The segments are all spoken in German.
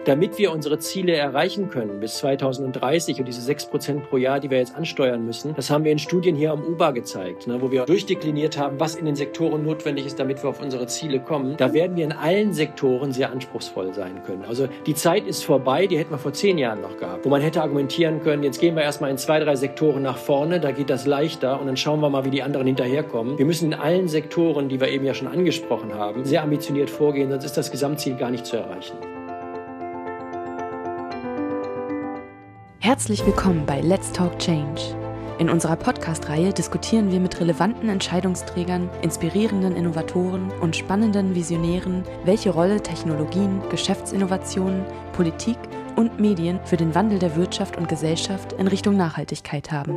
Damit wir unsere Ziele erreichen können bis 2030 und diese 6% pro Jahr, die wir jetzt ansteuern müssen, das haben wir in Studien hier am UBA gezeigt, wo wir durchdekliniert haben, was in den Sektoren notwendig ist, damit wir auf unsere Ziele kommen. Da werden wir in allen Sektoren sehr anspruchsvoll sein können. Also die Zeit ist vorbei, die hätten wir vor 10 Jahren noch gehabt, wo man hätte argumentieren können, jetzt gehen wir erstmal in 2, 3 Sektoren nach vorne, da geht das leichter und dann schauen wir mal, wie die anderen hinterherkommen. Wir müssen in allen Sektoren, die wir eben ja schon angesprochen haben, sehr ambitioniert vorgehen, sonst ist das Gesamtziel gar nicht zu erreichen. Herzlich willkommen bei Let's Talk Change. In unserer Podcast-Reihe diskutieren wir mit relevanten Entscheidungsträgern, inspirierenden Innovatoren und spannenden Visionären, welche Rolle Technologien, Geschäftsinnovationen, Politik und Medien für den Wandel der Wirtschaft und Gesellschaft in Richtung Nachhaltigkeit haben.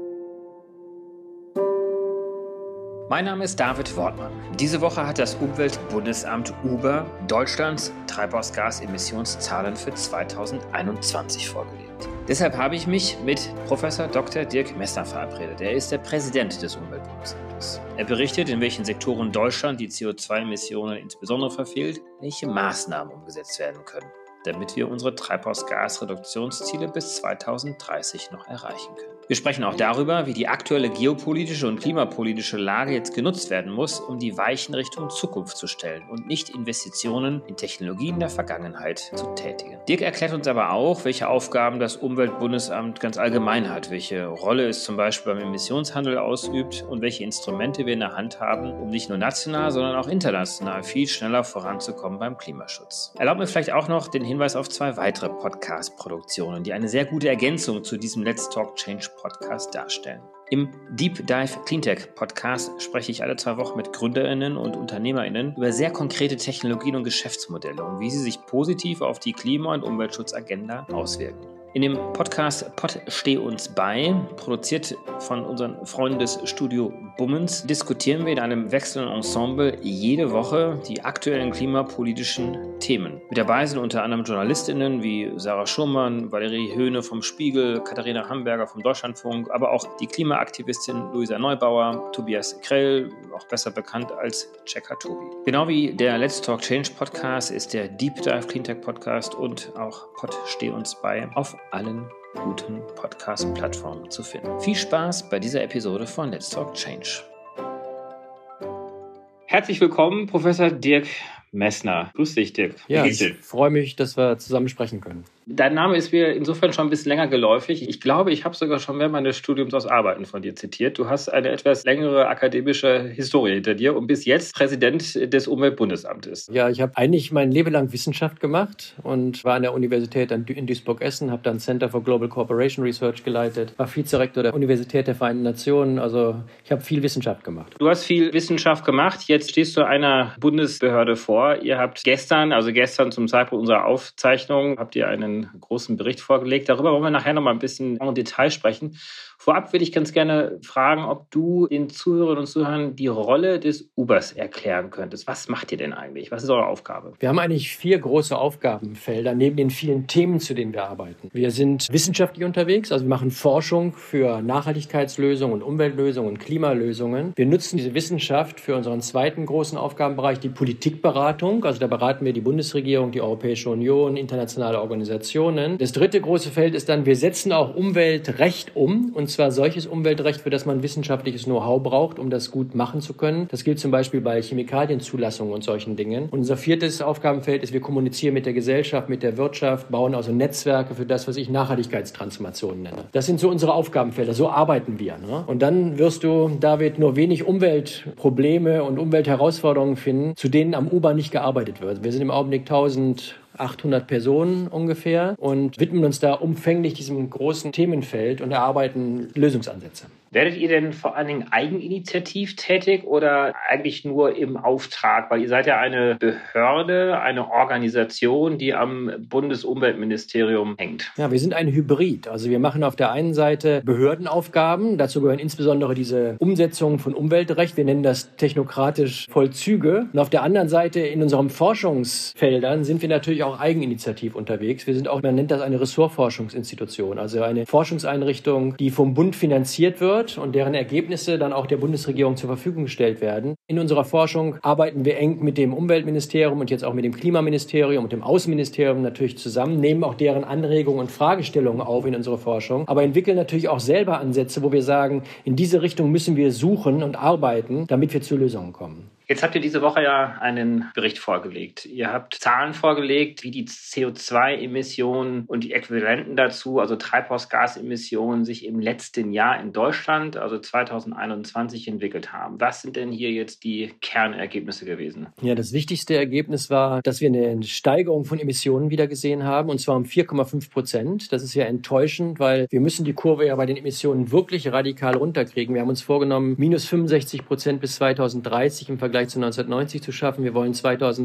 Mein Name ist David Wortmann. Diese Woche hat das Umweltbundesamt UBA Deutschlands Treibhausgasemissionszahlen für 2021 vorgelegt. Deshalb habe ich mich mit Professor Dr. Dirk Messner verabredet. Er ist der Präsident des Umweltbundesamtes. Er berichtet, in welchen Sektoren Deutschland die CO2-Emissionen insbesondere verfehlt, welche Maßnahmen umgesetzt werden können, damit wir unsere Treibhausgasreduktionsziele bis 2030 noch erreichen können. Wir sprechen auch darüber, wie die aktuelle geopolitische und klimapolitische Lage jetzt genutzt werden muss, um die Weichen Richtung Zukunft zu stellen und nicht Investitionen in Technologien der Vergangenheit zu tätigen. Dirk erklärt uns aber auch, welche Aufgaben das Umweltbundesamt ganz allgemein hat, welche Rolle es zum Beispiel beim Emissionshandel ausübt und welche Instrumente wir in der Hand haben, um nicht nur national, sondern auch international viel schneller voranzukommen beim Klimaschutz. Erlaubt mir vielleicht auch noch den Hinweis auf 2 weitere Podcast-Produktionen, die eine sehr gute Ergänzung zu diesem Let's Talk Change Podcast darstellen. Im Deep Dive Cleantech Podcast spreche ich alle 2 Wochen mit GründerInnen und UnternehmerInnen über sehr konkrete Technologien und Geschäftsmodelle und wie sie sich positiv auf die Klima- und Umweltschutzagenda auswirken. In dem Podcast Pott steh uns bei, produziert von unseren Freunden des Studio Bummens, diskutieren wir in einem wechselnden Ensemble jede Woche die aktuellen klimapolitischen Themen. Mit dabei sind unter anderem JournalistInnen wie Sarah Schurmann, Valerie Höhne vom Spiegel, Katharina Hamburger vom Deutschlandfunk, aber auch die Klimaaktivistin Luisa Neubauer, Tobias Krell, auch besser bekannt als Checker Tobi. Genau wie der Let's Talk Change Podcast ist der Deep Dive Cleantech Podcast und auch Pott steh uns bei auf allen guten Podcast-Plattformen zu finden. Viel Spaß bei dieser Episode von Let's Talk Change. Herzlich willkommen, Professor Dirk Messner. Grüß dich, Dirk. Ja, ich freue mich, dass wir zusammen sprechen können. Dein Name ist mir insofern schon ein bisschen länger geläufig. Ich glaube, ich habe sogar schon während meines Studiums aus Arbeiten von dir zitiert. Du hast eine etwas längere akademische Historie hinter dir und bist jetzt Präsident des Umweltbundesamtes. Ja, ich habe eigentlich mein Leben lang Wissenschaft gemacht und war an der Universität in Duisburg-Essen, habe dann Center for Global Cooperation Research geleitet, war Vizerektor der Universität der Vereinten Nationen. Also ich habe viel Wissenschaft gemacht. Du hast viel Wissenschaft gemacht. Jetzt stehst du einer Bundesbehörde vor. Ihr habt gestern zum Zeitpunkt unserer Aufzeichnung, habt ihr einen großen Bericht vorgelegt. Darüber wollen wir nachher noch mal ein bisschen im Detail sprechen. Vorab würde ich ganz gerne fragen, ob du den Zuhörerinnen und Zuhörern die Rolle des UBAs erklären könntest. Was macht ihr denn eigentlich? Was ist eure Aufgabe? Wir haben eigentlich 4 große Aufgabenfelder neben den vielen Themen, zu denen wir arbeiten. Wir sind wissenschaftlich unterwegs, also wir machen Forschung für Nachhaltigkeitslösungen und Umweltlösungen und Klimalösungen. Wir nutzen diese Wissenschaft für unseren zweiten großen Aufgabenbereich, die Politikberatung. Also da beraten wir die Bundesregierung, die Europäische Union, internationale Organisationen. Das dritte große Feld ist dann, wir setzen auch Umweltrecht um, und zwar solches Umweltrecht, für das man wissenschaftliches Know-how braucht, um das gut machen zu können. Das gilt zum Beispiel bei Chemikalienzulassungen und solchen Dingen. Und unser viertes Aufgabenfeld ist, wir kommunizieren mit der Gesellschaft, mit der Wirtschaft, bauen also Netzwerke für das, was ich Nachhaltigkeitstransformation nenne. Das sind so unsere Aufgabenfelder, so arbeiten wir. Und dann wirst du, David, nur wenig Umweltprobleme und Umweltherausforderungen finden, zu denen am UBA nicht gearbeitet wird. Wir sind im Augenblick 1800 Personen ungefähr und widmen uns da umfänglich diesem großen Themenfeld und erarbeiten Lösungsansätze. Werdet ihr denn vor allen Dingen eigeninitiativ tätig oder eigentlich nur im Auftrag? Weil ihr seid ja eine Behörde, eine Organisation, die am Bundesumweltministerium hängt. Ja, wir sind ein Hybrid. Also wir machen auf der einen Seite Behördenaufgaben. Dazu gehören insbesondere diese Umsetzung von Umweltrecht. Wir nennen das technokratisch Vollzüge. Und auf der anderen Seite in unseren Forschungsfeldern sind wir natürlich auch eigeninitiativ unterwegs. Wir sind auch, man nennt das eine Ressortforschungsinstitution, also eine Forschungseinrichtung, die vom Bund finanziert wird wird und deren Ergebnisse dann auch der Bundesregierung zur Verfügung gestellt werden. In unserer Forschung arbeiten wir eng mit dem Umweltministerium und jetzt auch mit dem Klimaministerium und dem Außenministerium natürlich zusammen, nehmen auch deren Anregungen und Fragestellungen auf in unsere Forschung, aber entwickeln natürlich auch selber Ansätze, wo wir sagen, in diese Richtung müssen wir suchen und arbeiten, damit wir zu Lösungen kommen. Jetzt habt ihr diese Woche ja einen Bericht vorgelegt. Ihr habt Zahlen vorgelegt, wie die CO2-Emissionen und die Äquivalenten dazu, also Treibhausgasemissionen, sich im letzten Jahr in Deutschland, also 2021, entwickelt haben. Was sind denn hier jetzt die Kernergebnisse gewesen? Ja, das wichtigste Ergebnis war, dass wir eine Steigerung von Emissionen wieder gesehen haben, und zwar um 4,5%. Das ist ja enttäuschend, weil wir müssen die Kurve ja bei den Emissionen wirklich radikal runterkriegen. Wir haben uns vorgenommen, minus 65% bis 2030 im Vergleich zu 1990 zu schaffen. Wir wollen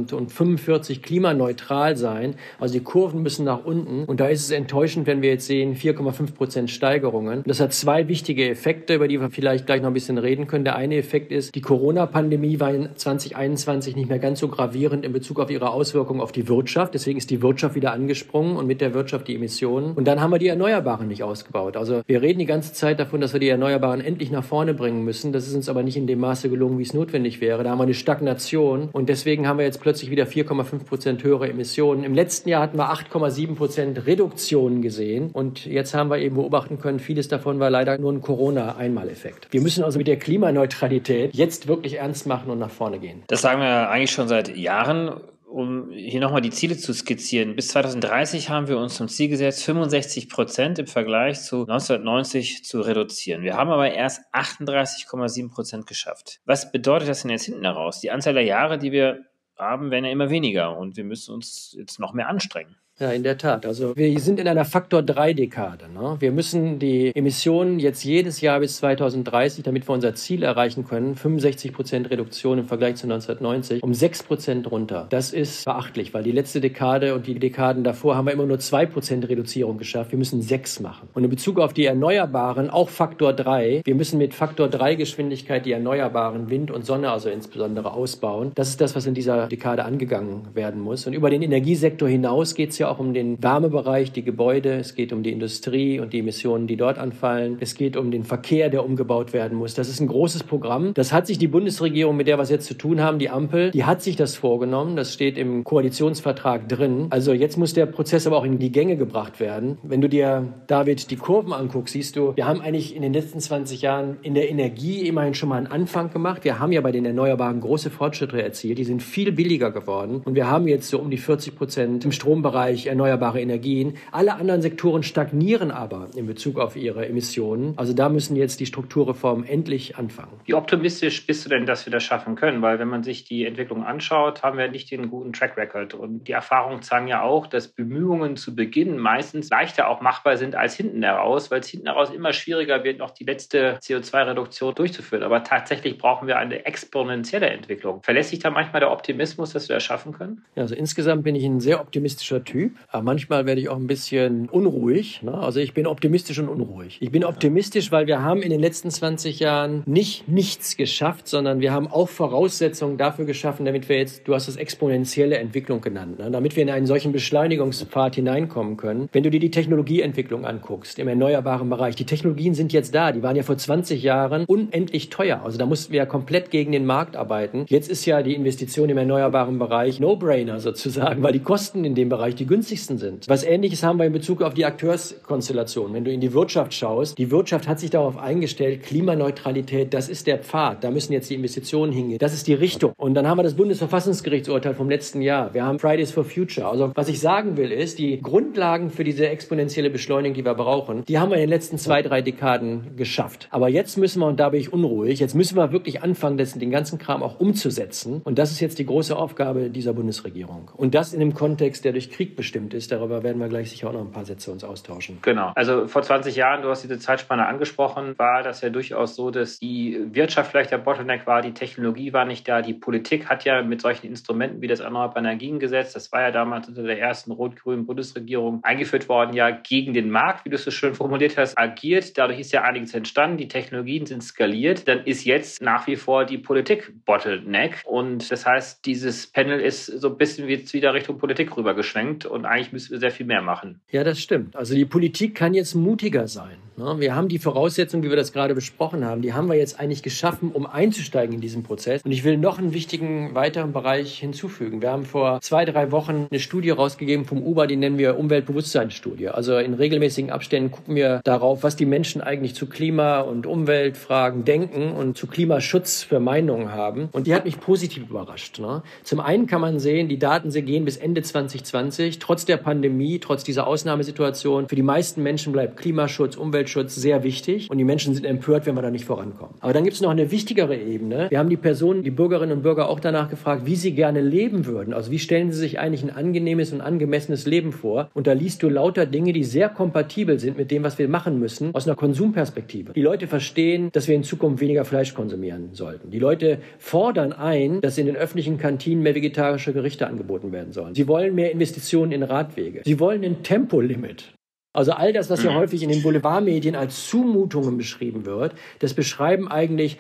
2045 klimaneutral sein. Also die Kurven müssen nach unten. Und da ist es enttäuschend, wenn wir jetzt sehen 4,5% Steigerungen. Das hat zwei wichtige Effekte, über die wir vielleicht gleich noch ein bisschen reden können. Der eine Effekt ist, die Corona-Pandemie war in 2021 nicht mehr ganz so gravierend in Bezug auf ihre Auswirkungen auf die Wirtschaft. Deswegen ist die Wirtschaft wieder angesprungen und mit der Wirtschaft die Emissionen. Und dann haben wir die Erneuerbaren nicht ausgebaut. Also wir reden die ganze Zeit davon, dass wir die Erneuerbaren endlich nach vorne bringen müssen. Das ist uns aber nicht in dem Maße gelungen, wie es notwendig wäre. Da haben wir eine Stagnation und deswegen haben wir jetzt plötzlich wieder 4,5% höhere Emissionen. Im letzten Jahr hatten wir 8,7% Reduktion gesehen und jetzt haben wir eben beobachten können, vieles davon war leider nur ein Corona-Einmaleffekt. Wir müssen also mit der Klimaneutralität jetzt wirklich ernst machen und nach vorne gehen. Das sagen wir eigentlich schon seit Jahren. Um hier nochmal die Ziele zu skizzieren. Bis 2030 haben wir uns zum Ziel gesetzt, 65% im Vergleich zu 1990 zu reduzieren. Wir haben aber erst 38,7% geschafft. Was bedeutet das denn jetzt hinten heraus? Die Anzahl der Jahre, die wir haben, werden ja immer weniger und wir müssen uns jetzt noch mehr anstrengen. Ja, in der Tat. Also wir sind in einer Faktor-3-Dekade. Ne? Wir müssen die Emissionen jetzt jedes Jahr bis 2030, damit wir unser Ziel erreichen können, 65% Reduktion im Vergleich zu 1990, um 6% runter. Das ist beachtlich, weil die letzte Dekade und die Dekaden davor haben wir immer nur 2% Reduzierung geschafft. Wir müssen 6 machen. Und in Bezug auf die Erneuerbaren auch Faktor 3. Wir müssen mit Faktor 3 Geschwindigkeit die Erneuerbaren Wind und Sonne also insbesondere ausbauen. Das ist das, was in dieser Dekade angegangen werden muss. Und über den Energiesektor hinaus geht es ja auch um den Wärmebereich, die Gebäude, es geht um die Industrie und die Emissionen, die dort anfallen. Es geht um den Verkehr, der umgebaut werden muss. Das ist ein großes Programm. Das hat sich die Bundesregierung, mit der wir es jetzt zu tun haben, die Ampel, die hat sich das vorgenommen. Das steht im Koalitionsvertrag drin. Also jetzt muss der Prozess aber auch in die Gänge gebracht werden. Wenn du dir, David, die Kurven anguckst, siehst du, wir haben eigentlich in den letzten 20 Jahren in der Energie immerhin schon mal einen Anfang gemacht. Wir haben ja bei den Erneuerbaren große Fortschritte erzielt. Die sind viel billiger geworden. Und wir haben jetzt so um die 40% im Strombereich erneuerbare Energien. Alle anderen Sektoren stagnieren aber in Bezug auf ihre Emissionen. Also da müssen jetzt die Strukturreformen endlich anfangen. Wie optimistisch bist du denn, dass wir das schaffen können? Weil wenn man sich die Entwicklung anschaut, haben wir nicht den guten Track Record. Und die Erfahrungen zeigen ja auch, dass Bemühungen zu Beginn meistens leichter auch machbar sind als hinten heraus, weil es hinten heraus immer schwieriger wird, noch die letzte CO2-Reduktion durchzuführen. Aber tatsächlich brauchen wir eine exponentielle Entwicklung. Verlässt sich da manchmal der Optimismus, dass wir das schaffen können? Ja, also insgesamt bin ich ein sehr optimistischer Typ. Aber manchmal werde ich auch ein bisschen unruhig. Ne? Also ich bin optimistisch und unruhig. Ich bin optimistisch, weil wir haben in den letzten 20 Jahren nicht nichts geschafft, sondern wir haben auch Voraussetzungen dafür geschaffen, damit wir jetzt, du hast es exponentielle Entwicklung genannt, ne? Damit wir in einen solchen Beschleunigungspfad hineinkommen können. Wenn du dir die Technologieentwicklung anguckst, im erneuerbaren Bereich, die Technologien sind jetzt da. Die waren ja vor 20 Jahren unendlich teuer. Also da mussten wir ja komplett gegen den Markt arbeiten. Jetzt ist ja die Investition im erneuerbaren Bereich No-Brainer sozusagen, weil die Kosten in dem Bereich die günstigsten sind. Was Ähnliches haben wir in Bezug auf die Akteurskonstellation. Wenn du in die Wirtschaft schaust, die Wirtschaft hat sich darauf eingestellt, Klimaneutralität, das ist der Pfad, da müssen jetzt die Investitionen hingehen. Das ist die Richtung. Und dann haben wir das Bundesverfassungsgerichtsurteil vom letzten Jahr. Wir haben Fridays for Future. Also was ich sagen will ist, die Grundlagen für diese exponentielle Beschleunigung, die wir brauchen, die haben wir in den letzten 2-3 Dekaden geschafft. Aber jetzt müssen wir, und da bin ich unruhig, jetzt müssen wir wirklich anfangen, den ganzen Kram auch umzusetzen. Und das ist jetzt die große Aufgabe dieser Bundesregierung. Und das in einem Kontext, der durch Krieg bestimmt ist. Darüber werden wir gleich sicher auch noch ein paar Sätze uns austauschen. Genau. Also vor 20 Jahren, du hast diese Zeitspanne angesprochen, war das ja durchaus so, dass die Wirtschaft vielleicht der Bottleneck war, die Technologie war nicht da, die Politik hat ja mit solchen Instrumenten wie das Erneuerbare Energiengesetz, das war ja damals unter der ersten rot-grünen Bundesregierung eingeführt worden, ja gegen den Markt, wie du es so schön formuliert hast, agiert. Dadurch ist ja einiges entstanden, die Technologien sind skaliert. Dann ist jetzt nach wie vor die Politik Bottleneck und das heißt, dieses Panel ist so ein bisschen jetzt wieder Richtung Politik rübergeschwenkt und eigentlich müssen wir sehr viel mehr machen. Ja, das stimmt. Also die Politik kann jetzt mutiger sein. Wir haben die Voraussetzungen, wie wir das gerade besprochen haben, die haben wir jetzt eigentlich geschaffen, um einzusteigen in diesen Prozess. Und ich will noch einen wichtigen weiteren Bereich hinzufügen. Wir haben vor 2-3 Wochen eine Studie rausgegeben vom UBA, die nennen wir Umweltbewusstseinsstudie. Also in regelmäßigen Abständen gucken wir darauf, was die Menschen eigentlich zu Klima- und Umweltfragen denken und zu Klimaschutz für Meinungen haben. Und die hat mich positiv überrascht. Zum einen kann man sehen, die Daten gehen bis Ende 2020. Trotz der Pandemie, trotz dieser Ausnahmesituation, für die meisten Menschen bleibt Klimaschutz, Umweltschutz sehr wichtig. Und die Menschen sind empört, wenn wir da nicht vorankommen. Aber dann gibt es noch eine wichtigere Ebene. Wir haben die Personen, die Bürgerinnen und Bürger auch danach gefragt, wie sie gerne leben würden. Also wie stellen sie sich eigentlich ein angenehmes und angemessenes Leben vor? Und da liest du lauter Dinge, die sehr kompatibel sind mit dem, was wir machen müssen, aus einer Konsumperspektive. Die Leute verstehen, dass wir in Zukunft weniger Fleisch konsumieren sollten. Die Leute fordern ein, dass in den öffentlichen Kantinen mehr vegetarische Gerichte angeboten werden sollen. Sie wollen mehr Investitionen in Radwege. Sie wollen ein Tempolimit. Also all das, was ja häufig in den Boulevardmedien als Zumutungen beschrieben wird, das beschreiben eigentlich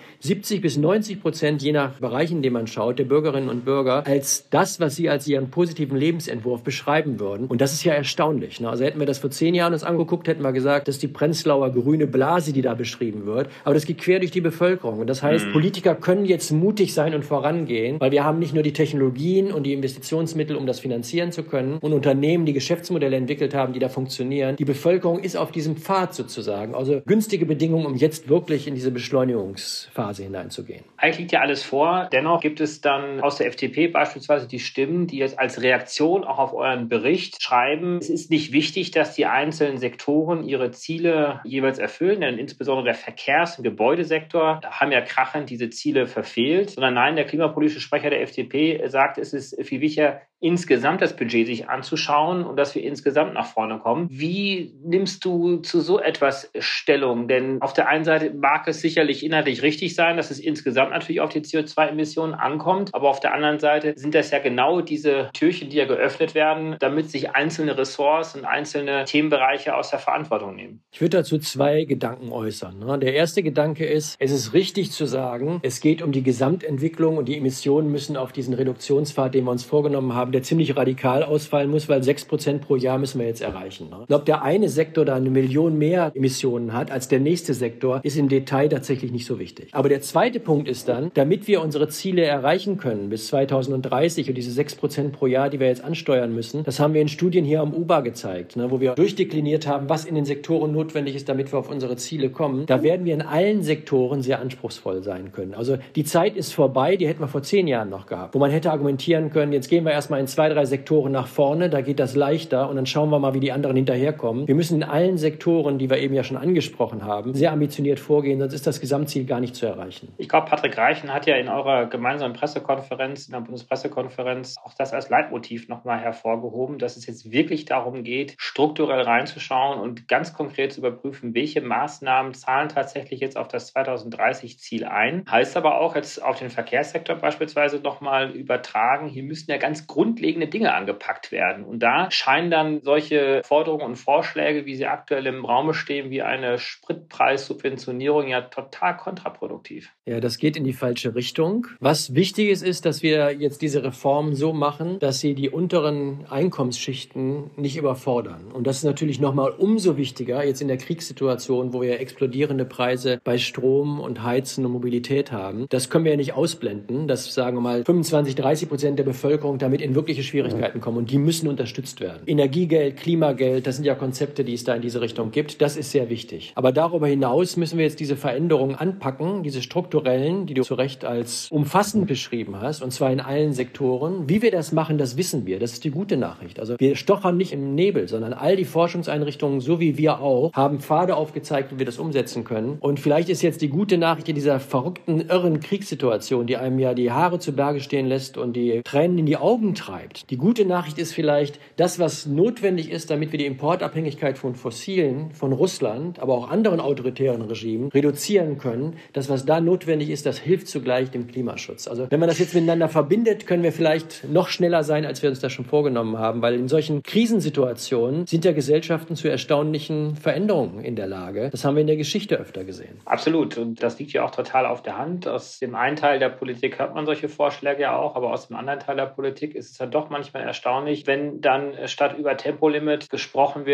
70-90%, je nach Bereich, in dem man schaut, der Bürgerinnen und Bürger, als das, was sie als ihren positiven Lebensentwurf beschreiben würden. Und das ist ja erstaunlich. Also hätten wir das vor 10 Jahren uns angeguckt, hätten wir gesagt, das ist die Prenzlauer grüne Blase, die da beschrieben wird. Aber das geht quer durch die Bevölkerung. Und das heißt, Politiker können jetzt mutig sein und vorangehen, weil wir haben nicht nur die Technologien und die Investitionsmittel, um das finanzieren zu können, und Unternehmen, die Geschäftsmodelle entwickelt haben, die da funktionieren. Die Bevölkerung ist auf diesem Pfad sozusagen. Also günstige Bedingungen, um jetzt wirklich in diese Beschleunigungsphase hineinzugehen. Eigentlich liegt ja alles vor. Dennoch gibt es dann aus der FDP beispielsweise die Stimmen, die jetzt als Reaktion auch auf euren Bericht schreiben, es ist nicht wichtig, dass die einzelnen Sektoren ihre Ziele jeweils erfüllen, denn insbesondere der Verkehrs- und Gebäudesektor haben ja krachend diese Ziele verfehlt, sondern nein, der klimapolitische Sprecher der FDP sagt, es ist viel wichtiger, insgesamt das Budget sich anzuschauen und dass wir insgesamt nach vorne kommen. Wie nimmst du zu so etwas Stellung? Denn auf der einen Seite mag es sicherlich inhaltlich richtig sein, dass es insgesamt natürlich auf die CO2-Emissionen ankommt, aber auf der anderen Seite sind das ja genau diese Türchen, die ja geöffnet werden, damit sich einzelne Ressorts und einzelne Themenbereiche aus der Verantwortung nehmen. Ich würde dazu 2 Gedanken äußern. Der erste Gedanke ist, es ist richtig zu sagen, es geht um die Gesamtentwicklung und die Emissionen müssen auf diesen Reduktionspfad, den wir uns vorgenommen haben, der ziemlich radikal ausfallen muss, weil 6% pro Jahr müssen wir jetzt erreichen. Ob der eine Sektor da 1 Million mehr Emissionen hat als der nächste Sektor, ist im Detail tatsächlich nicht so wichtig. Aber der zweite Punkt ist dann, damit wir unsere Ziele erreichen können bis 2030 und diese 6% pro Jahr, die wir jetzt ansteuern müssen, das haben wir in Studien hier am UBA gezeigt, wo wir durchdekliniert haben, was in den Sektoren notwendig ist, damit wir auf unsere Ziele kommen. Da werden wir in allen Sektoren sehr anspruchsvoll sein können. Also die Zeit ist vorbei, die hätten wir vor 10 Jahren noch gehabt, wo man hätte argumentieren können, jetzt gehen wir erstmal in 2, 3 Sektoren nach vorne, da geht das leichter und dann schauen wir mal, wie die anderen hinterherkommen. Wir müssen in allen Sektoren, die wir eben ja schon angesprochen haben, sehr ambitioniert vorgehen, sonst ist das Gesamtziel gar nicht zu erreichen. Ich glaube, Patrick Reichen hat ja in eurer gemeinsamen Pressekonferenz, in der Bundespressekonferenz, auch das als Leitmotiv nochmal hervorgehoben, dass es jetzt wirklich darum geht, strukturell reinzuschauen und ganz konkret zu überprüfen, welche Maßnahmen zahlen tatsächlich jetzt auf das 2030-Ziel ein. Heißt aber auch jetzt auf den Verkehrssektor beispielsweise nochmal übertragen, hier müssen ja ganz grundlegende Dinge angepackt werden. Und da scheinen dann solche Forderungen und Vorschläge, wie sie aktuell im Raume stehen, wie eine Spritpreissubventionierung, ja total kontraproduktiv. Ja, das geht in die falsche Richtung. Was wichtig ist, dass wir jetzt diese Reform so machen, dass sie die unteren Einkommensschichten nicht überfordern. Und das ist natürlich nochmal umso wichtiger jetzt in der Kriegssituation, wo wir explodierende Preise bei Strom und Heizen und Mobilität haben. Das können wir ja nicht ausblenden, dass, sagen wir mal, 25-30% der Bevölkerung damit in wirkliche Schwierigkeiten kommen. Und die müssen unterstützt werden. Energiegeld, Klimageld, das sind ja Konzepte, die es da in diese Richtung gibt. Das ist sehr wichtig. Aber darüber hinaus müssen wir jetzt diese Veränderungen anpacken, diese strukturellen, die du zu Recht als umfassend beschrieben hast, und zwar in allen Sektoren. Wie wir das machen, das wissen wir. Das ist die gute Nachricht. Also wir stochern nicht im Nebel, sondern all die Forschungseinrichtungen, so wie wir auch, haben Pfade aufgezeigt, wie wir das umsetzen können. Und vielleicht ist jetzt die gute Nachricht in dieser verrückten, irren Kriegssituation, die einem ja die Haare zu Berge stehen lässt und die Tränen in die Augen treibt. Die gute Nachricht ist vielleicht, das, was notwendig ist, damit wir die Importabhängigkeit von Fossilen, von Russland, aber auch anderen autoritären Regimen reduzieren können. Das, was da notwendig ist, das hilft zugleich dem Klimaschutz. Also wenn man das jetzt miteinander verbindet, können wir vielleicht noch schneller sein, als wir uns das schon vorgenommen haben, weil in solchen Krisensituationen sind ja Gesellschaften zu erstaunlichen Veränderungen in der Lage. Das haben wir in der Geschichte öfter gesehen. Absolut. Und das liegt ja auch total auf der Hand. Aus dem einen Teil der Politik hört man solche Vorschläge ja auch, aber aus dem anderen Teil der Politik ist es ja doch manchmal erstaunlich, wenn dann statt über Tempolimit gesprochen wird,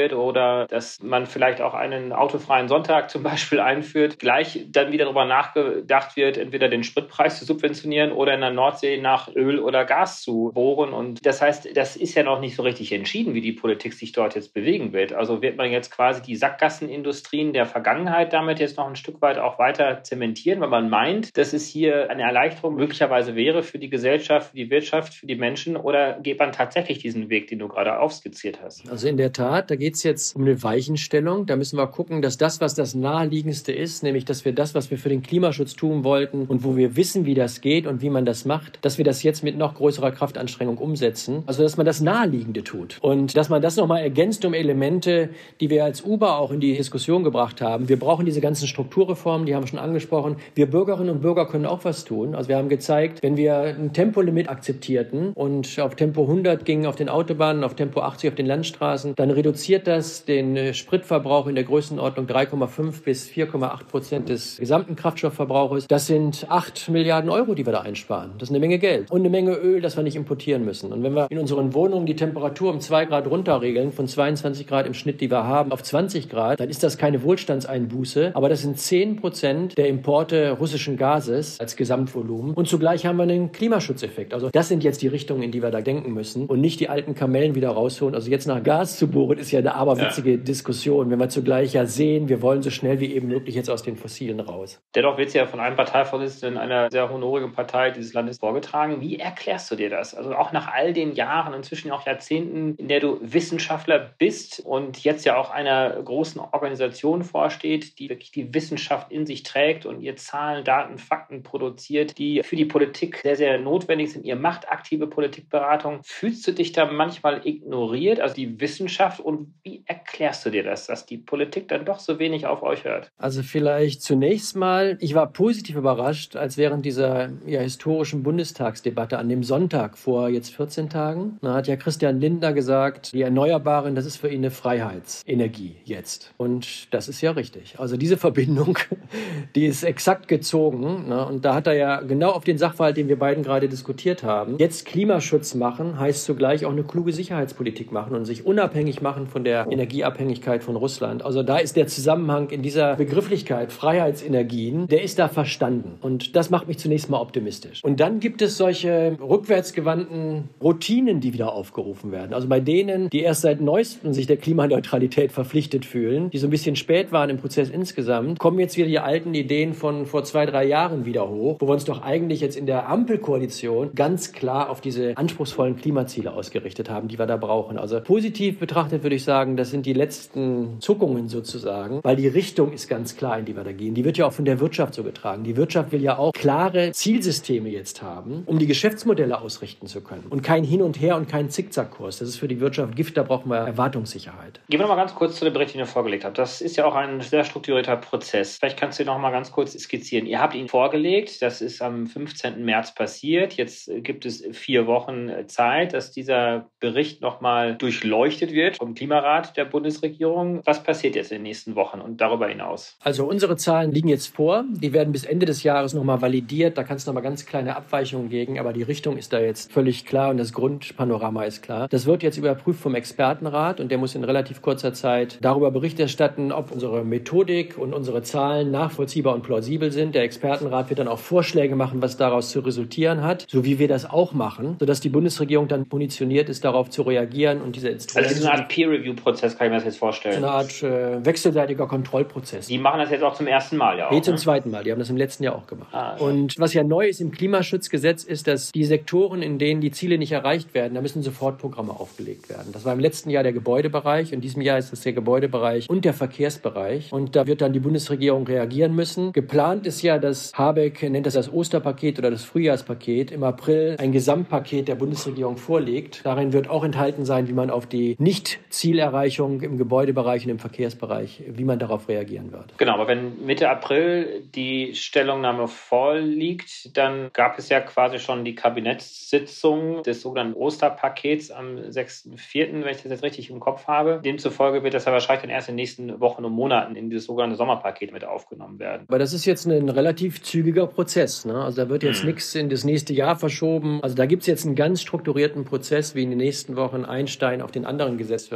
wird oder dass man vielleicht auch einen autofreien Sonntag zum Beispiel einführt, gleich dann wieder darüber nachgedacht wird, entweder den Spritpreis zu subventionieren oder in der Nordsee nach Öl oder Gas zu bohren. Und das heißt, das ist ja noch nicht so richtig entschieden, wie die Politik sich dort jetzt bewegen wird. Also wird man jetzt quasi die Sackgassenindustrien der Vergangenheit damit jetzt noch ein Stück weit auch weiter zementieren, weil man meint, dass es hier eine Erleichterung möglicherweise wäre für die Gesellschaft, für die Wirtschaft, für die Menschen, oder geht man tatsächlich diesen Weg, den du gerade aufskizziert hast? Also in der Tat, da geht es jetzt um eine Weichenstellung. Da müssen wir gucken, dass das, was das Naheliegendste ist, nämlich dass wir das, was wir für den Klimaschutz tun wollten und wo wir wissen, wie das geht und wie man das macht, dass wir das jetzt mit noch größerer Kraftanstrengung umsetzen. Also dass man das Naheliegende tut und dass man das nochmal ergänzt um Elemente, die wir als Uber auch in die Diskussion gebracht haben. Wir brauchen diese ganzen Strukturreformen, die haben wir schon angesprochen. Wir Bürgerinnen und Bürger können auch was tun. Also wir haben gezeigt, wenn wir ein Tempolimit akzeptierten und auf Tempo 100 gingen auf den Autobahnen, auf Tempo 80 auf den Landstraßen, dann reduziert das den Spritverbrauch in der Größenordnung 3,5 bis 4,8% des gesamten Kraftstoffverbrauches. Das sind 8 Milliarden Euro, die wir da einsparen. Das ist eine Menge Geld und eine Menge Öl, das wir nicht importieren müssen. Und wenn wir in unseren Wohnungen die Temperatur um 2 Grad runterregeln, von 22 Grad im Schnitt, die wir haben, auf 20 Grad, dann ist das keine Wohlstandseinbuße, aber das sind 10% der Importe russischen Gases als Gesamtvolumen. Und zugleich haben wir einen Klimaschutzeffekt. Also das sind jetzt die Richtungen, in die wir da denken müssen und nicht die alten Kamellen wieder rausholen. Also jetzt nach Gas zu bohren, ist ja eine aberwitzige Diskussion, wenn wir zugleich ja sehen, wir wollen so schnell wie eben möglich jetzt aus den Fossilen raus. Dennoch wird es ja von einem Parteivorsitzenden einer sehr honorigen Partei dieses Landes vorgetragen. Wie erklärst du dir das? Also auch nach all den Jahren, inzwischen auch Jahrzehnten, in der du Wissenschaftler bist und jetzt ja auch einer großen Organisation vorsteht, die wirklich die Wissenschaft in sich trägt und ihr Zahlen, Daten, Fakten produziert, die für die Politik sehr, sehr notwendig sind. Ihr macht aktive Politikberatung. Fühlst du dich da manchmal ignoriert, also die Wissenschaft? Und wie erklärst du dir das, dass die Politik dann doch so wenig auf euch hört? Also vielleicht zunächst mal, ich war positiv überrascht, als während dieser historischen Bundestagsdebatte an dem Sonntag vor jetzt 14 Tagen, da hat ja Christian Lindner gesagt, die Erneuerbaren, das ist für ihn eine Freiheitsenergie jetzt. Und das ist ja richtig. Also diese Verbindung, die ist exakt gezogen. Ne? Und da hat er ja genau auf den Sachverhalt, den wir beiden gerade diskutiert haben, jetzt Klimaschutz machen, heißt zugleich auch eine kluge Sicherheitspolitik machen und sich unabhängig machen von der Energieabhängigkeit von Russland. Also da ist der Zusammenhang in dieser Begrifflichkeit Freiheitsenergien, der ist da verstanden. Und das macht mich zunächst mal optimistisch. Und dann gibt es solche rückwärtsgewandten Routinen, die wieder aufgerufen werden. Also bei denen, die erst seit neuestem sich der Klimaneutralität verpflichtet fühlen, die so ein bisschen spät waren im Prozess insgesamt, kommen jetzt wieder die alten Ideen von vor 2-3 Jahren wieder hoch, wo wir uns doch eigentlich jetzt in der Ampelkoalition ganz klar auf diese anspruchsvollen Klimaziele ausgerichtet haben, die wir da brauchen. Also positiv betrachtet würde ich sagen, das sind die letzten Zuckungen sozusagen, weil die Richtung ist ganz klar, in die wir da gehen. Die wird ja auch von der Wirtschaft so getragen. Die Wirtschaft will ja auch klare Zielsysteme jetzt haben, um die Geschäftsmodelle ausrichten zu können. Und kein Hin und Her und kein Zickzackkurs. Das ist für die Wirtschaft Gift, da brauchen wir Erwartungssicherheit. Gehen wir noch mal ganz kurz zu dem Bericht, den ihr vorgelegt habt. Das ist ja auch ein sehr strukturierter Prozess. Vielleicht kannst du noch mal ganz kurz skizzieren. Ihr habt ihn vorgelegt, das ist am 15. März passiert. Jetzt gibt es 4 Wochen Zeit, dass dieser Bericht noch mal durchleuchtet wird vom Klimarat der Bundesregierung. Was passiert jetzt in den nächsten Wochen und darüber hinaus? Also unsere Zahlen liegen jetzt vor. Die werden bis Ende des Jahres noch mal validiert. Da kann es noch mal ganz kleine Abweichungen geben, aber die Richtung ist da jetzt völlig klar und das Grundpanorama ist klar. Das wird jetzt überprüft vom Expertenrat und der muss in relativ kurzer Zeit darüber Bericht erstatten, ob unsere Methodik und unsere Zahlen nachvollziehbar und plausibel sind. Der Expertenrat wird dann auch Vorschläge machen, was daraus zu resultieren hat, so wie wir das auch machen, sodass die Bundesregierung dann munitioniert ist, darauf zu reagieren und diese Instrumente... Also das ist eine Art Peer-Review-Prozess, kann ich mir das jetzt vorstellen? Eine Art wechselseitiger Kontrollprozess. Die machen das jetzt auch zum ersten Mal, ja auch. Nee, zum zweiten Mal. Die haben das im letzten Jahr auch gemacht. Und was ja neu ist im Klimaschutzgesetz, ist, dass die Sektoren, in denen die Ziele nicht erreicht werden, da müssen sofort Programme aufgelegt werden. Das war im letzten Jahr der Gebäudebereich. In diesem Jahr ist es der Gebäudebereich und der Verkehrsbereich. Und da wird dann die Bundesregierung reagieren müssen. Geplant ist ja, dass Habeck, nennt das Osterpaket oder das Frühjahrspaket, im April ein Gesamtpaket der Bundesregierung vorlegt. Darin wird auch enthalten sein, wie man auf die Nicht-Zielerreichung im Gebäudebereich und im Verkehrsbereich, wie man darauf reagieren wird. Genau, aber wenn Mitte April die Stellungnahme vorliegt, dann gab es ja quasi schon die Kabinettssitzung des sogenannten Osterpakets am 6.4., wenn ich das jetzt richtig im Kopf habe. Demzufolge wird das ja wahrscheinlich dann erst in den nächsten Wochen und Monaten in dieses sogenannte Sommerpaket mit aufgenommen werden. Aber das ist jetzt ein relativ zügiger Prozess, ne? Also da wird jetzt nichts in das nächste Jahr verschoben. Also da gibt es jetzt einen ganz strukturierten Prozess, wie in den nächsten Wochen ein Stein auf den anderen gesetzt wird. Da müssen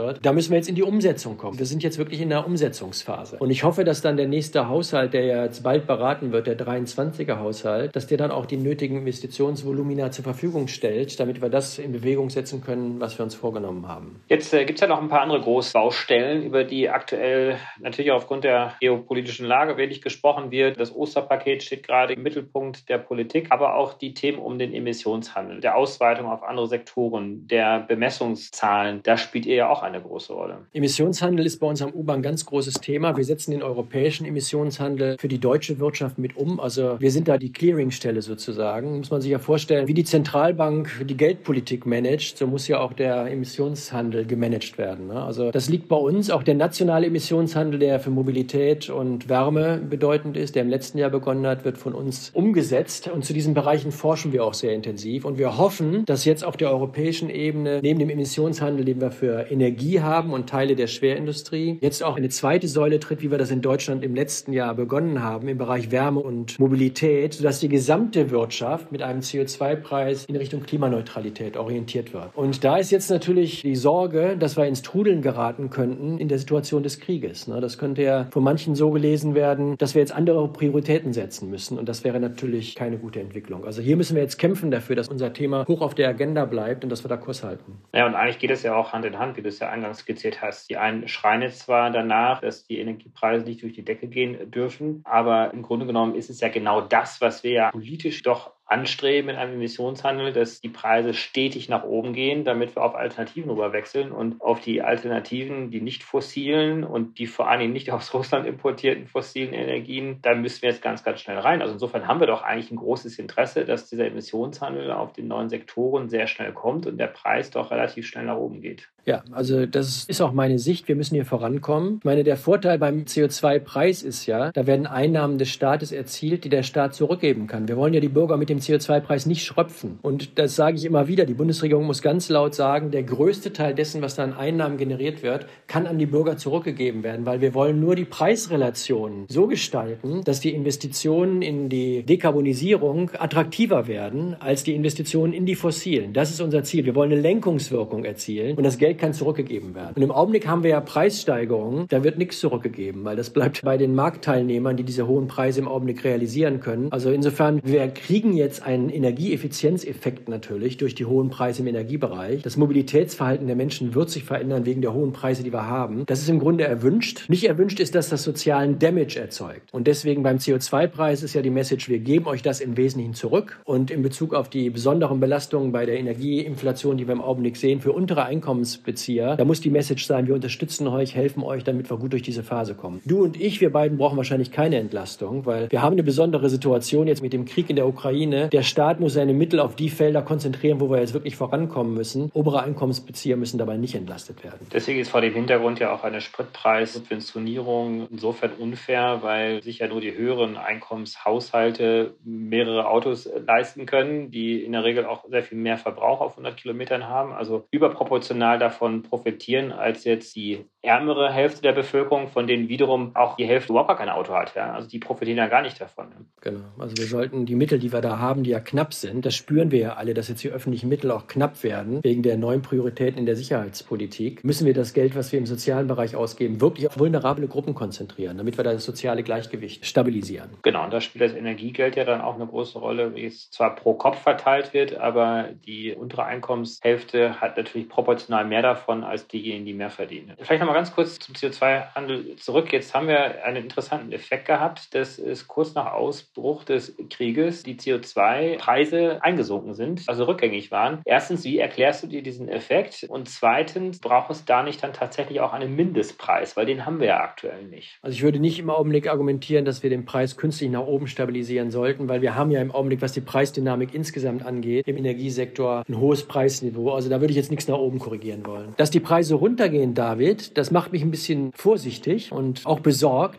müssen wir jetzt in die Umsetzung kommen. Wir sind jetzt wirklich in der Umsetzungsphase. Und ich hoffe, dass dann der nächste Haushalt, der ja jetzt bald beraten wird, der 23er Haushalt, dass der dann auch die nötigen Investitionsvolumina zur Verfügung stellt, damit wir das in Bewegung setzen können, was wir uns vorgenommen haben. Jetzt gibt es ja noch ein paar andere Großbaustellen, über die aktuell natürlich auch aufgrund der geopolitischen Lage wenig gesprochen wird. Das Osterpaket steht gerade im Mittelpunkt der Politik, aber auch die Themen um den Emissionshandel, der Ausweitung auf andere Sektoren, der Bemessungszahlen, da spielt ihr ja auch eine große Rolle. Emissionshandel ist bei uns am UBA ein ganz großes Thema. Wir setzen den europäischen Emissionshandel für die deutsche Wirtschaft mit um. Also wir sind da die Clearingstelle sozusagen. Muss man sich ja vorstellen, wie die Zentralbank die Geldpolitik managt, so muss ja auch der Emissionshandel gemanagt werden. Also das liegt bei uns. Auch der nationale Emissionshandel, der für Mobilität und Wärme bedeutend ist, der im letzten Jahr begonnen hat, wird von uns umgesetzt. Und zu diesen Bereichen forschen wir auch sehr intensiv. Und wir hoffen, dass jetzt auf der europäischen Ebene neben dem Emissionshandel, den wir für Energie haben und Teile der Schwerindustrie, jetzt auch eine zweite Säule tritt, wie wir das in Deutschland im letzten Jahr begonnen haben, im Bereich Wärme und Mobilität, sodass die gesamte Wirtschaft mit einem CO2-Preis in Richtung Klimaneutralität orientiert wird. Und da ist jetzt natürlich die Sorge, dass wir ins Trudeln geraten könnten in der Situation des Krieges. Das könnte ja von manchen so gelesen werden, dass wir jetzt andere Prioritäten setzen müssen. Und das wäre natürlich keine gute Entwicklung. Also hier müssen wir jetzt kämpfen dafür, dass unser Thema hoch auf der Agenda bleibt und dass wir da Kurs halten. Ja, und eigentlich geht es ja auch Hand in Hand, wie du es ja eingangs skizziert hast. Die einen schreien jetzt zwar danach, dass die Energiepreise nicht durch die Decke gehen dürfen, aber im Grunde genommen ist es ja genau das, was wir ja politisch doch anstreben in einem Emissionshandel, dass die Preise stetig nach oben gehen, damit wir auf Alternativen rüberwechseln und auf die Alternativen, die nicht fossilen und die vor allen Dingen nicht aus Russland importierten fossilen Energien, da müssen wir jetzt ganz, ganz schnell rein. Also insofern haben wir doch eigentlich ein großes Interesse, dass dieser Emissionshandel auf den neuen Sektoren sehr schnell kommt und der Preis doch relativ schnell nach oben geht. Ja, also das ist auch meine Sicht. Wir müssen hier vorankommen. Ich meine, der Vorteil beim CO2-Preis ist ja, da werden Einnahmen des Staates erzielt, die der Staat zurückgeben kann. Wir wollen ja die Bürger mit dem CO2-Preis nicht schröpfen. Und das sage ich immer wieder. Die Bundesregierung muss ganz laut sagen, der größte Teil dessen, was da an Einnahmen generiert wird, kann an die Bürger zurückgegeben werden, weil wir wollen nur die Preisrelationen so gestalten, dass die Investitionen in die Dekarbonisierung attraktiver werden als die Investitionen in die fossilen. Das ist unser Ziel. Wir wollen eine Lenkungswirkung erzielen und das Geld kann zurückgegeben werden. Und im Augenblick haben wir ja Preissteigerungen, da wird nichts zurückgegeben, weil das bleibt bei den Marktteilnehmern, die diese hohen Preise im Augenblick realisieren können. Also insofern, wir kriegen jetzt einen Energieeffizienzeffekt natürlich durch die hohen Preise im Energiebereich. Das Mobilitätsverhalten der Menschen wird sich verändern wegen der hohen Preise, die wir haben. Das ist im Grunde erwünscht. Nicht erwünscht ist, dass das sozialen Damage erzeugt. Und deswegen beim CO2-Preis ist ja die Message, wir geben euch das im Wesentlichen zurück. Und in Bezug auf die besonderen Belastungen bei der Energieinflation, die wir im Augenblick sehen, für untere Einkommensbezieher, da muss die Message sein, wir unterstützen euch, helfen euch, damit wir gut durch diese Phase kommen. Du und ich, wir beiden brauchen wahrscheinlich keine Entlastung, weil wir haben eine besondere Situation jetzt mit dem Krieg in der Ukraine. Der Staat muss seine Mittel auf die Felder konzentrieren, wo wir jetzt wirklich vorankommen müssen. Obere Einkommensbezieher müssen dabei nicht entlastet werden. Deswegen ist vor dem Hintergrund ja auch eine Spritpreissubventionierung insofern unfair, weil sich ja nur die höheren Einkommenshaushalte mehrere Autos leisten können, die in der Regel auch sehr viel mehr Verbrauch auf 100 Kilometern haben, also überproportional davon profitieren als jetzt die ärmere Hälfte der Bevölkerung, von denen wiederum auch die Hälfte überhaupt kein Auto hat. Ja? Also die profitieren ja gar nicht davon. Genau. Also wir sollten die Mittel, die wir da haben, die ja knapp sind, das spüren wir ja alle, dass jetzt die öffentlichen Mittel auch knapp werden, wegen der neuen Prioritäten in der Sicherheitspolitik, müssen wir das Geld, was wir im sozialen Bereich ausgeben, wirklich auf vulnerable Gruppen konzentrieren, damit wir das soziale Gleichgewicht stabilisieren. Genau, und da spielt das Energiegeld ja dann auch eine große Rolle, wie es zwar pro Kopf verteilt wird, aber die untere Einkommenshälfte hat natürlich proportional mehr davon als diejenigen, die mehr verdienen. Vielleicht nochmal ganz kurz zum CO2-Handel zurück. Jetzt haben wir einen interessanten Effekt gehabt, dass es kurz nach Ausbruch des Krieges die CO2-Preise eingesunken sind, also rückgängig waren. Erstens, wie erklärst du dir diesen Effekt? Und zweitens, braucht es da nicht dann tatsächlich auch einen Mindestpreis? Weil den haben wir ja aktuell nicht. Also ich würde nicht im Augenblick argumentieren, dass wir den Preis künstlich nach oben stabilisieren sollten, weil wir haben ja im Augenblick, was die Preisdynamik insgesamt angeht, im Energiesektor ein hohes Preisniveau. Also da würde ich jetzt nichts nach oben korrigieren wollen. Dass die Preise runtergehen, David, das macht mich ein bisschen vorsichtig und auch besorgt,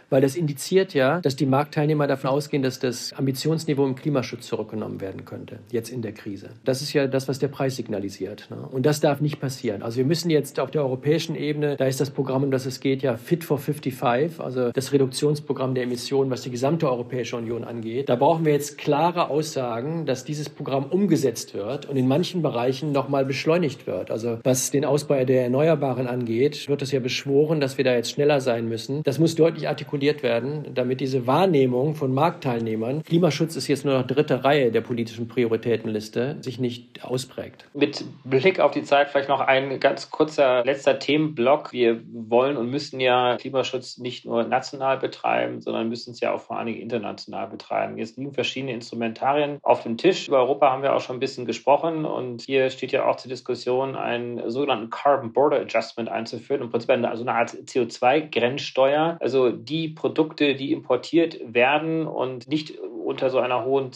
weil das indiziert ja, dass die Marktteilnehmer davon ausgehen, dass das Ambitionsniveau im Klimaschutz zurückgenommen werden könnte, jetzt in der Krise. Das ist ja das, was der Preis signalisiert. Ne? Und das darf nicht passieren. Also wir müssen jetzt auf der europäischen Ebene, da ist das Programm, um das es geht, ja Fit for 55, also das Reduktionsprogramm der Emissionen, was die gesamte Europäische Union angeht. Da brauchen wir jetzt klare Aussagen, dass dieses Programm umgesetzt wird und in manchen Bereichen nochmal beschleunigt wird. Also was den Ausbau der Erneuerbaren angeht, wird es ja beschworen, dass wir da jetzt schneller sein müssen. Das muss deutlich artikuliert werden, damit diese Wahrnehmung von Marktteilnehmern, Klimaschutz ist jetzt nur noch dritte Reihe der politischen Prioritätenliste, sich nicht ausprägt. Mit Blick auf die Zeit vielleicht noch ein ganz kurzer letzter Themenblock. Wir wollen und müssen ja Klimaschutz nicht nur national betreiben, sondern müssen es ja auch vor allen Dingen international betreiben. Jetzt liegen verschiedene Instrumentarien auf dem Tisch. Über Europa haben wir auch schon ein bisschen gesprochen und hier steht ja auch zur Diskussion, einen sogenannten Carbon Border Adjustment einzuführen. Im Prinzip eine Art CO2-Grenzsteuer. Also die Produkte, die importiert werden und nicht unter so einer hohen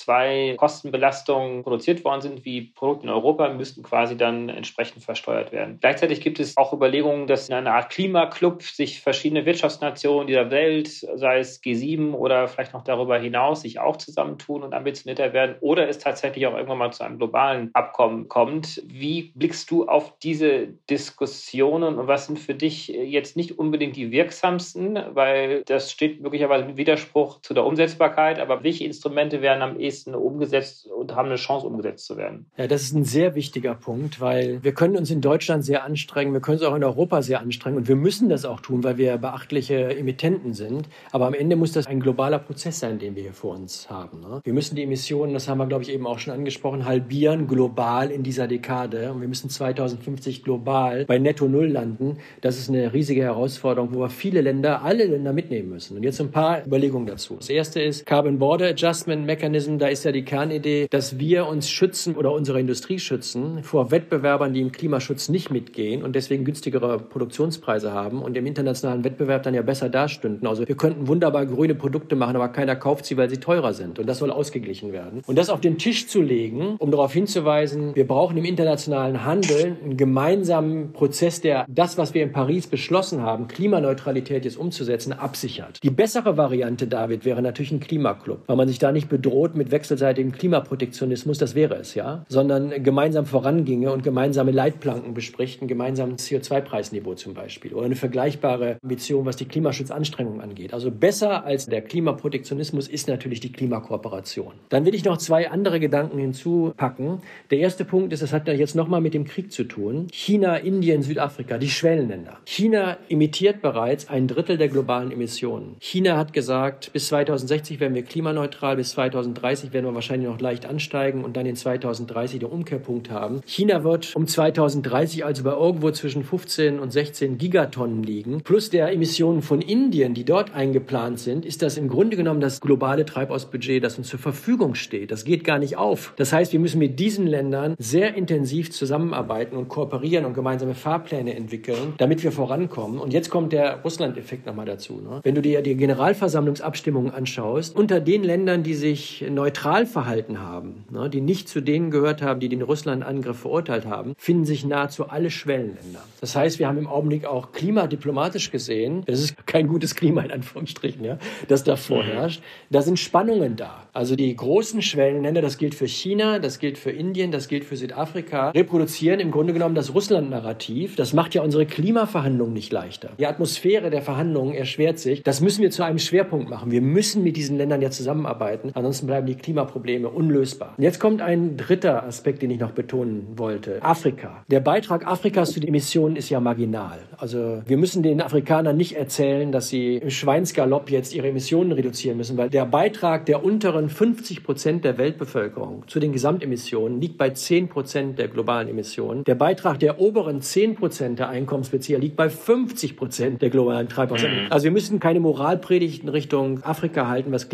CO2-Kostenbelastung produziert worden sind wie Produkte in Europa, müssten quasi dann entsprechend versteuert werden. Gleichzeitig gibt es auch Überlegungen, dass in einer Art Klimaclub sich verschiedene Wirtschaftsnationen dieser Welt, sei es G7 oder vielleicht noch darüber hinaus, sich auch zusammentun und ambitionierter werden oder es tatsächlich auch irgendwann mal zu einem globalen Abkommen kommt. Wie blickst du auf diese Diskussionen und was sind für dich jetzt nicht unbedingt die wirksamsten, weil das steht möglicherweise im Widerspruch zu der Umsetzbarkeit, aber welche Instrumente werden am ehesten umgesetzt und haben eine Chance, umgesetzt zu werden? Ja, das ist ein sehr wichtiger Punkt, weil wir können uns in Deutschland sehr anstrengen, wir können uns auch in Europa sehr anstrengen und wir müssen das auch tun, weil wir beachtliche Emittenten sind. Aber am Ende muss das ein globaler Prozess sein, den wir hier vor uns haben. Ne? Wir müssen die Emissionen, das haben wir, glaube ich, eben auch schon angesprochen, halbieren global in dieser Dekade. Und wir müssen 2050 global bei Netto Null landen. Das ist eine riesige Herausforderung, wo wir alle Länder mitnehmen müssen. Und jetzt ein paar Überlegungen dazu. Das erste ist Carbon Border Adjustment Mechanism. Da ist ja die Kernidee, dass wir uns schützen oder unsere Industrie schützen vor Wettbewerbern, die im Klimaschutz nicht mitgehen und deswegen günstigere Produktionspreise haben und im internationalen Wettbewerb dann ja besser dastünden. Also wir könnten wunderbar grüne Produkte machen, aber keiner kauft sie, weil sie teurer sind. Und das soll ausgeglichen werden. Und das auf den Tisch zu legen, um darauf hinzuweisen, wir brauchen im internationalen Handel einen gemeinsamen Prozess, der das, was wir in Paris beschlossen haben, Klimaneutralität jetzt umzusetzen, absichert. Die bessere Variante, David, wäre natürlich ein Klimaclub, weil man sich da nicht bedroht mit wechselseitigem Klimaprotektionismus, das wäre es, ja, sondern gemeinsam voranginge und gemeinsame Leitplanken bespricht, ein gemeinsames CO2-Preisniveau zum Beispiel oder eine vergleichbare Ambition, was die Klimaschutzanstrengungen angeht. Also besser als der Klimaprotektionismus ist natürlich die Klimakooperation. Dann will ich noch zwei andere Gedanken hinzupacken. Der erste Punkt ist, das hat ja jetzt nochmal mit dem Krieg zu tun. China, Indien, Südafrika, die Schwellenländer. China emittiert bereits 1/3 der globalen Emissionen. China hat gesagt, bis 2060 werden wir klimaneutral, bis 2030 werden wir wahrscheinlich noch leicht ansteigen und dann in 2030 den Umkehrpunkt haben. China wird um 2030 also bei irgendwo zwischen 15 und 16 Gigatonnen liegen. Plus der Emissionen von Indien, die dort eingeplant sind, ist das im Grunde genommen das globale Treibhausbudget, das uns zur Verfügung steht. Das geht gar nicht auf. Das heißt, wir müssen mit diesen Ländern sehr intensiv zusammenarbeiten und kooperieren und gemeinsame Fahrpläne entwickeln, damit wir vorankommen. Und jetzt kommt der Russland-Effekt nochmal dazu. Ne? Wenn du dir die Generalversammlungsabstimmungen anschaust, unter den Ländern, die sich neutral verhalten haben, ne, die nicht zu denen gehört haben, die den Russland-Angriff verurteilt haben, finden sich nahezu alle Schwellenländer. Das heißt, wir haben im Augenblick auch klimadiplomatisch gesehen, das ist kein gutes Klima in Anführungsstrichen, ja, das da vorherrscht, da sind Spannungen da. Also die großen Schwellenländer, das gilt für China, das gilt für Indien, das gilt für Südafrika, reproduzieren im Grunde genommen das Russland-Narrativ. Das macht ja unsere Klimaverhandlungen nicht leichter. Die Atmosphäre der Verhandlungen erschwert sich. Das müssen wir zu einem Schwerpunkt machen. Wir müssen mit diesen Ländern ja zusammenarbeiten, ansonsten bleiben die Klimaprobleme unlösbar. Und jetzt kommt ein dritter Aspekt, den ich noch betonen wollte. Afrika. Der Beitrag Afrikas zu den Emissionen ist ja marginal. Also wir müssen den Afrikanern nicht erzählen, dass sie im Schweinsgalopp jetzt ihre Emissionen reduzieren müssen, weil der Beitrag der unteren 50% der Weltbevölkerung zu den Gesamtemissionen liegt bei 10% der globalen Emissionen. Der Beitrag der oberen 10% der Einkommensbezieher liegt bei 50% der globalen Treibhausgasemissionen. Also wir müssen keine Moralpredigt in Richtung Afrika halten, was Klimaschutz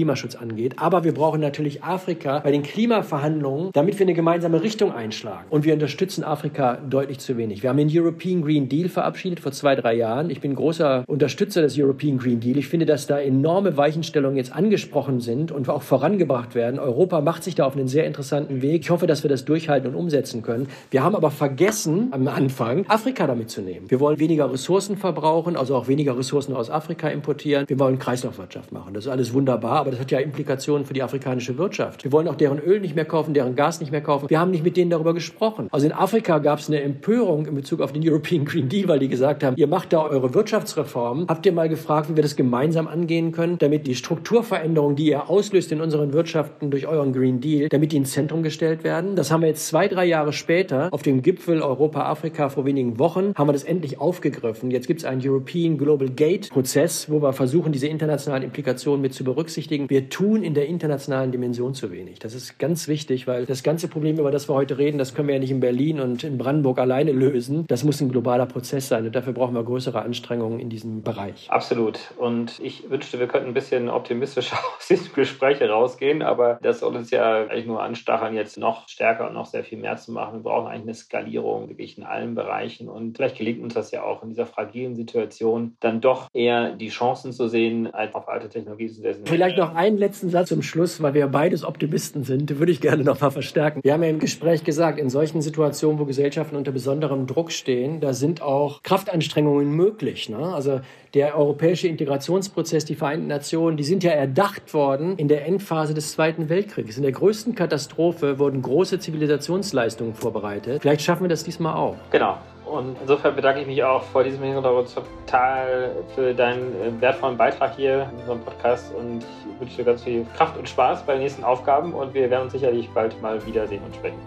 angeht. Aber wir brauchen natürlich Afrika bei den Klimaverhandlungen, damit wir eine gemeinsame Richtung einschlagen. Und wir unterstützen Afrika deutlich zu wenig. Wir haben den European Green Deal verabschiedet vor 2-3 Jahren. Ich bin großer Unterstützer des European Green Deal. Ich finde, dass da enorme Weichenstellungen jetzt angesprochen sind und auch vorangebracht werden. Europa macht sich da auf einen sehr interessanten Weg. Ich hoffe, dass wir das durchhalten und umsetzen können. Wir haben aber vergessen, am Anfang Afrika damit zu nehmen. Wir wollen weniger Ressourcen verbrauchen, also auch weniger Ressourcen aus Afrika importieren. Wir wollen Kreislaufwirtschaft machen. Das ist alles wunderbar, aber das hat ja Implikationen für die afrikanische Wirtschaft. Wir wollen auch deren Öl nicht mehr kaufen, deren Gas nicht mehr kaufen. Wir haben nicht mit denen darüber gesprochen. Also in Afrika gab es eine Empörung in Bezug auf den European Green Deal, weil die gesagt haben, ihr macht da eure Wirtschaftsreformen. Habt ihr mal gefragt, wie wir das gemeinsam angehen können, damit die Strukturveränderungen, die ihr auslöst in unseren Wirtschaften durch euren Green Deal, damit die ins Zentrum gestellt werden? Das haben wir jetzt 2-3 Jahre später auf dem Gipfel Europa-Afrika vor wenigen Wochen, haben wir das endlich aufgegriffen. Jetzt gibt es einen European Global Gate-Prozess, wo wir versuchen, diese internationalen Implikationen mit zu berücksichtigen. Wir tun in der internationalen Dimension zu wenig. Das ist ganz wichtig, weil das ganze Problem, über das wir heute reden, das können wir ja nicht in Berlin und in Brandenburg alleine lösen. Das muss ein globaler Prozess sein und dafür brauchen wir größere Anstrengungen in diesem Bereich. Absolut. Und ich wünschte, wir könnten ein bisschen optimistischer aus diesen Gesprächen rausgehen, aber das soll uns ja eigentlich nur anstacheln, jetzt noch stärker und noch sehr viel mehr zu machen. Wir brauchen eigentlich eine Skalierung wirklich in allen Bereichen und vielleicht gelingt uns das ja auch in dieser fragilen Situation, dann doch eher die Chancen zu sehen, als auf alte Technologie zu setzen. Vielleicht noch einen letzten Satz zum Schluss, weil wir beides Optimisten sind, den würde ich gerne noch mal verstärken. Wir haben ja im Gespräch gesagt, in solchen Situationen, wo Gesellschaften unter besonderem Druck stehen, da sind auch Kraftanstrengungen möglich, ne? Also der europäische Integrationsprozess, die Vereinten Nationen, die sind ja erdacht worden in der Endphase des Zweiten Weltkrieges. In der größten Katastrophe wurden große Zivilisationsleistungen vorbereitet. Vielleicht schaffen wir das diesmal auch. Genau. Und insofern bedanke ich mich auch vor diesem Hintergrund total für deinen wertvollen Beitrag hier in unserem Podcast und ich wünsche dir ganz viel Kraft und Spaß bei den nächsten Aufgaben und wir werden uns sicherlich bald mal wiedersehen und sprechen.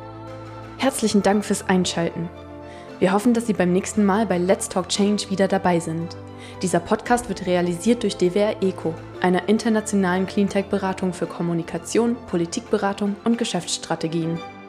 Herzlichen Dank fürs Einschalten. Wir hoffen, dass Sie beim nächsten Mal bei Let's Talk Change wieder dabei sind. Dieser Podcast wird realisiert durch DWR ECO, einer internationalen Cleantech-Beratung für Kommunikation, Politikberatung und Geschäftsstrategien.